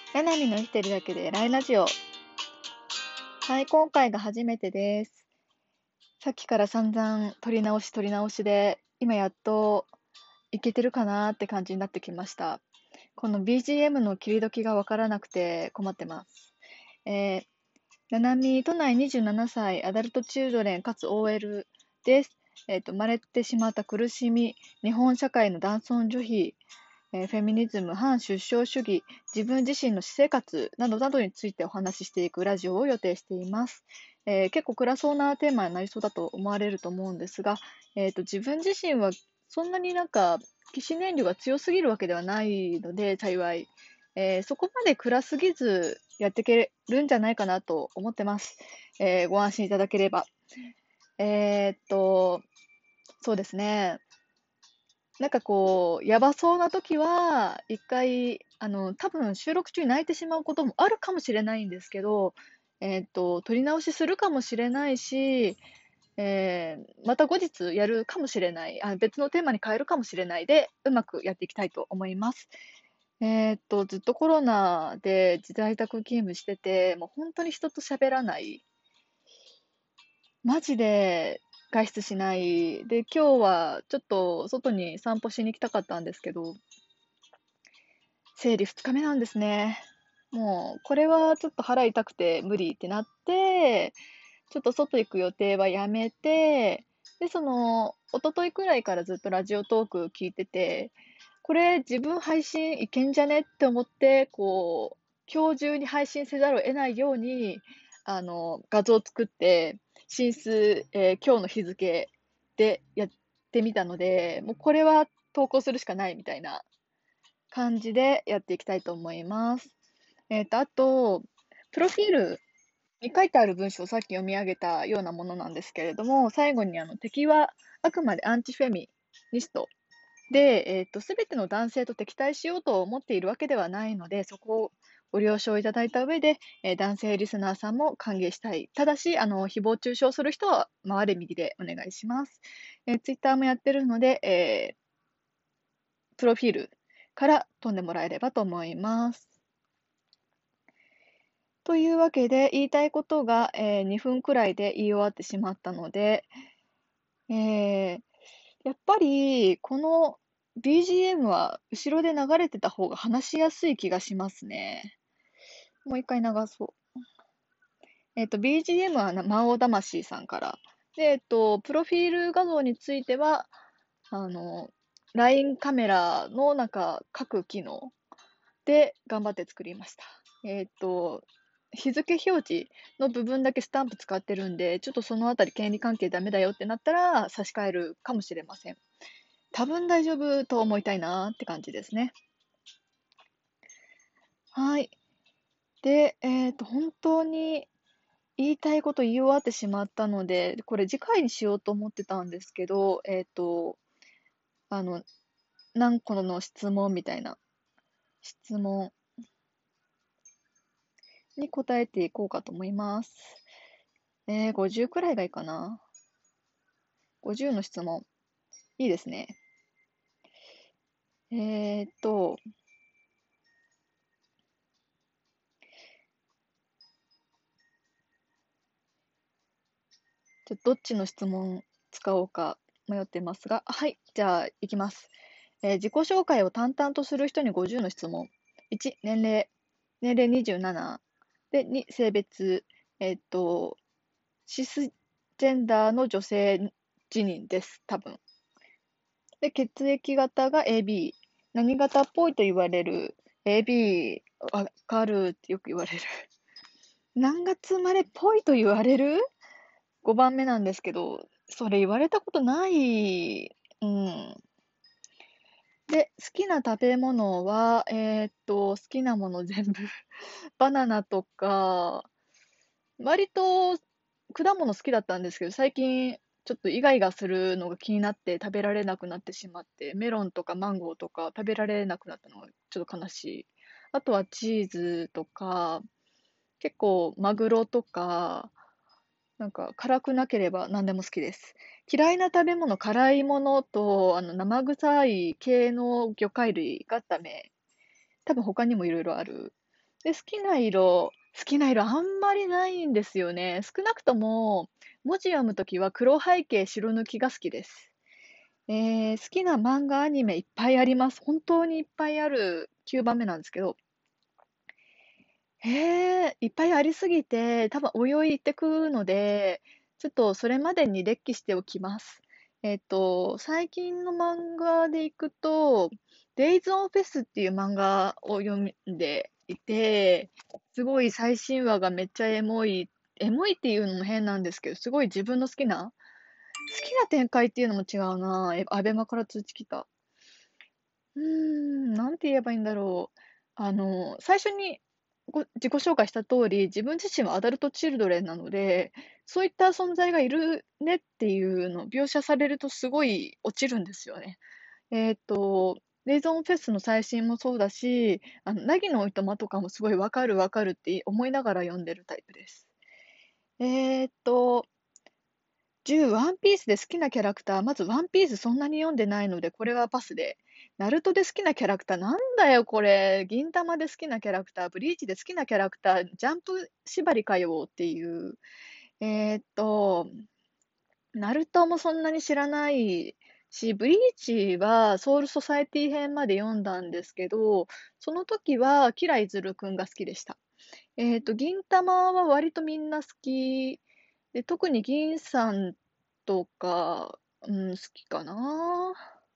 ナナミの生きてるだけで偉いラジオ。はい、今回が初めてです。さっきから散々撮り直しで、今やっといけてるかなって感じになってきました。この BGM の切り時がわからなくて困ってます。えー、ナナミ、都内27歳、アダルトチュードレンかつ OL です。生まれてしまった苦しみ、日本社会の男尊女卑、フェミニズム、反出生主義、自分自身の私生活などなどについてお話ししていくラジオを予定しています。結構暗そうなテーマになりそうだと思われると思うんですが、自分自身はそんなに起死燃料が強すぎるわけではないので、幸い。そこまで暗すぎずやっていけるんじゃないかなと思ってます。ご安心いただければ。えーっと、そうですね。やばそうな時は、一回、多分収録中に泣いてしまうこともあるかもしれないんですけど、撮り直しするかもしれないし、また後日やるかもしれない、別のテーマに変えるかもしれないで、うまくやっていきたいと思います。ずっとコロナで自在宅勤務してて、もう本当に人と喋らない。マジで外出しない。で、今日はちょっと外に散歩しに行きたかったんですけど、生理2日目なんですね。もう、これはちょっと腹痛くて無理ってなって、ちょっと外行く予定はやめて、で、一昨日くらいからずっとラジオトーク聞いてて、これ自分配信いけんじゃねって思って、今日中に配信せざるを得ないように、画像を作って、今日の日付でやってみたので、もうこれは投稿するしかないみたいな感じでやっていきたいと思います。あと、プロフィールに書いてある文章をさっき読み上げたようなものなんですけれども、最後に敵はあくまでアンチフェミニストで、すべての男性と敵対しようと思っているわけではないので、そこをご了承いただいた上で、男性リスナーさんも歓迎したい。ただし、誹謗中傷する人は回れ右でお願いします。ツイッターもやってるので、プロフィールから飛んでもらえればと思います。というわけで、言いたいことが、2分くらいで言い終わってしまったので、えーやっぱり、この BGM は後ろで流れてた方が話しやすい気がしますね。もう一回流そう。BGM は魔王魂さんから。で、プロフィール画像については、あの、LINE カメラの各機能で頑張って作りました。日付表示の部分だけスタンプ使ってるんで、ちょっとそのあたり権利関係ダメだよってなったら差し替えるかもしれません。多分大丈夫と思いたいなって感じですね。はい。で、本当に言いたいこと言い終わってしまったので、これ次回にしようと思ってたんですけど、あの、何個の質問みたいな質問に答えていこうかと思います。50くらいがいいかな。50の質問。いいですね。えーっと、どっちの質問使おうか迷ってますが、はい、じゃあ、いきます。自己紹介を淡々とする人に50の質問。1、年齢27。で、2、性別。シスジェンダーの女性自認です、多分。で、血液型が AB。何型っぽいと言われる AB、わかるってよく言われる。何月生まれっぽいと言われる ?5 番目なんですけど、それ言われたことない。うん。で、好きな食べ物は、好きなもの全部バナナとか、割と果物好きだったんですけど、最近ちょっとイガイガするのが気になって食べられなくなってしまって、メロンとかマンゴーとか食べられなくなったのがちょっと悲しい。あとはチーズとか、結構マグロとか、辛くなければ何でも好きです。嫌いな食べ物、辛いものと、生臭い系の魚介類がダメ。多分他にもいろいろある。 で、好きな色あんまりないんですよね。少なくとも、文字読むときは黒背景、白抜きが好きです。好きな漫画、アニメいっぱいあります。本当にいっぱいある9番目なんですけど、いっぱいありすぎて、多分泳いでくので、ちょっとそれまでに列記しておきます。最近の漫画でいくと、Days on Fest っていう漫画を読んでいて、すごい最新話がめっちゃエモいっていうのも変なんですけど、すごい自分の好きな展開っていうのも違うな。アベマから通知来た。なんて言えばいいんだろう。最初に自己紹介した通り、自分自身はアダルトチルドレンなので、そういった存在がいるねっていうのを描写されるとすごい落ちるんですよね。レイゾンフェスの最新もそうだし、凪のおいとまとかもすごいわかるわかるって思いながら読んでるタイプです。えーっと、10、ワンピースで好きなキャラクター。まず、ワンピースそんなに読んでないので、これはパスで。ナルトで好きなキャラクター。なんだよ、これ。銀魂で好きなキャラクター。ブリーチで好きなキャラクター。ジャンプ縛りかよっていう。えーっと、ナルトもそんなに知らないし、ブリーチはソウルソサエティ編まで読んだんですけど、その時は、キライズルくんが好きでした。銀魂は割とみんな好きで、特に銀さんとか、好きかな。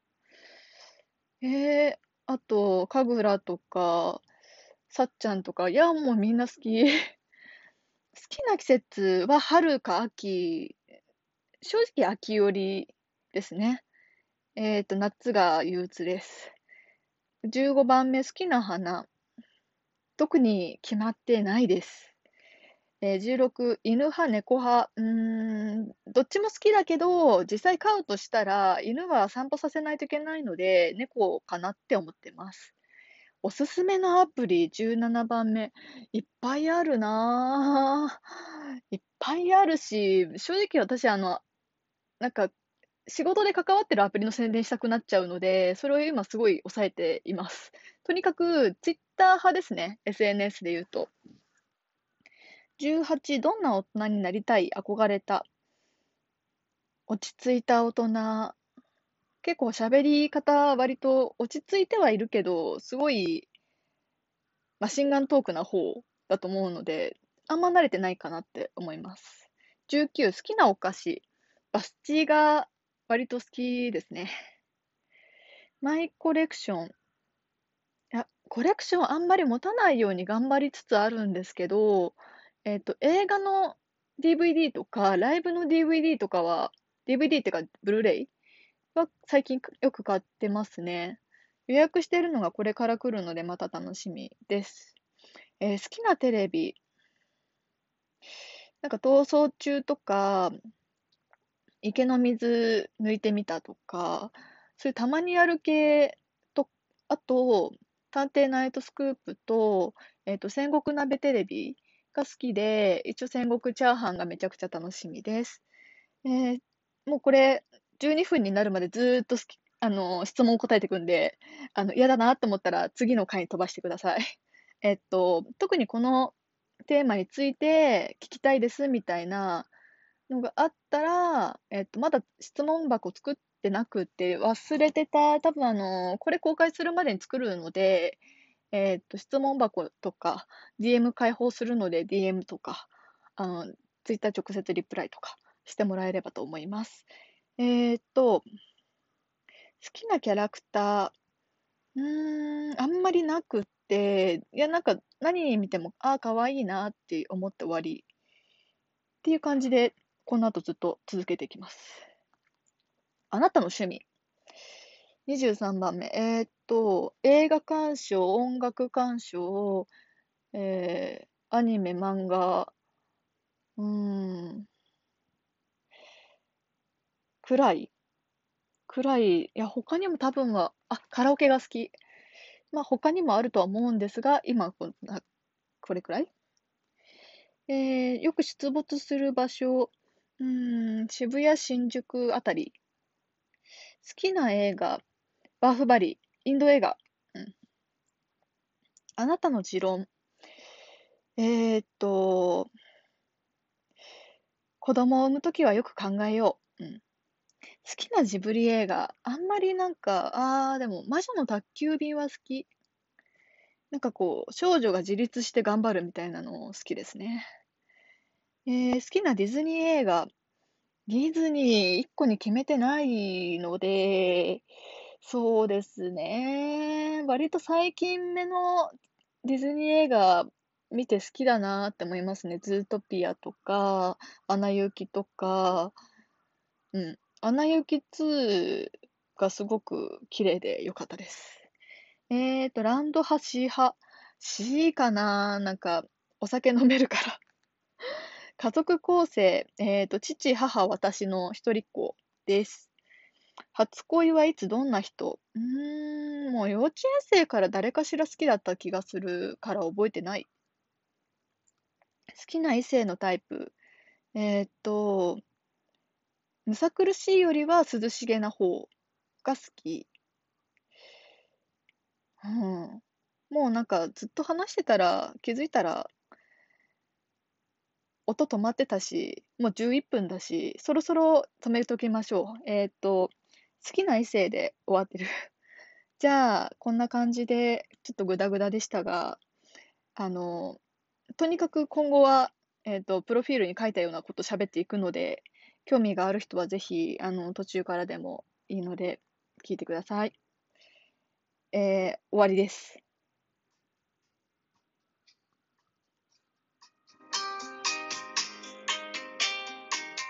あと、神楽とか、さっちゃんとか、いや、もうみんな好き。好きな季節は春か秋。正直秋よりですね。夏が憂鬱です。15番目、好きな花。特に決まってないです。16、犬派、猫派。どっちも好きだけど、実際飼うとしたら、犬は散歩させないといけないので、猫かなって思ってます。おすすめのアプリ、17番目。いっぱいあるなぁ。いっぱいあるし、正直私、なんか、仕事で関わってるアプリの宣伝したくなっちゃうので、それを今すごい抑えています。とにかく、ツイッター派ですね。SNS で言うと。18、どんな大人になりたい憧れた。落ち着いた大人。結構喋り方割と落ち着いてはいるけど、すごいマシンガントークな方だと思うので、あんま慣れてないかなって思います。19、好きなお菓子。バスチーが割と好きですね。マイコレクション。いや、コレクションあんまり持たないように頑張りつつあるんですけど、映画の DVD とか、ライブの DVD とかは、DVD っていうか、ブルーレイは最近よく買ってますね。予約してるのがこれから来るので、また楽しみです。好きなテレビ、なんか逃走中とか、池の水抜いてみたとか、そういうたまにやる系と、あと、探偵ナイトスクープと、戦国鍋テレビが好きで、一応戦国チャーハンがめちゃくちゃ楽しみです。えーもうこれ、12分になるまでずーっと質問を答えていくんで、嫌だなと思ったら次の回に飛ばしてください。特にこのテーマについて聞きたいですみたいなのがあったら、まだ質問箱作ってなくて忘れてた、多分これ公開するまでに作るので、質問箱とか、DM 開放するので DM とか、ツイッター直接リプライとかしてもらえればと思います。好きなキャラクター、あんまりなくって、いや、なんか何見ても、ああ、かわいいなって思って終わりっていう感じで、この後ずっと続けていきます。あなたの趣味。23番目。映画鑑賞、音楽鑑賞、アニメ、漫画、うーん、くらいいや、他にも多分は、カラオケが好き。まあ、他にもあるとは思うんですが、今これくらい。よく出没する場所、渋谷、新宿あたり。好きな映画、バーフバリ、インド映画。うん、あなたの持論。 えーっと、子供を産むときはよく考えよう。好きなジブリ映画、あんまりでも、魔女の宅急便は好き。少女が自立して頑張るみたいなの好きですね。好きなディズニー映画、ディズニー1個に決めてないので、そうですね。割と最近目のディズニー映画見て好きだなって思いますね。ズートピアとか、アナ雪とか、アナ雪2がすごく綺麗で良かったです。ランド派、シー派。シーかな、お酒飲めるから。家族構成、父、母、私の一人っ子です。初恋はいつどんな人？もう幼稚園生から誰かしら好きだった気がするから覚えてない。好きな異性のタイプ。えーっと、むさ苦しいよりは涼しげな方が好き。うん。もうずっと話してたら気づいたら音止まってたし、もう11分だし、そろそろ止めときましょう。好きな異性で終わってる。じゃあ、こんな感じで、ちょっとグダグダでしたが、あの、とにかく今後は、プロフィールに書いたようなこと喋っていくので、興味がある人はぜひ、途中からでもいいので、聞いてください。終わりです。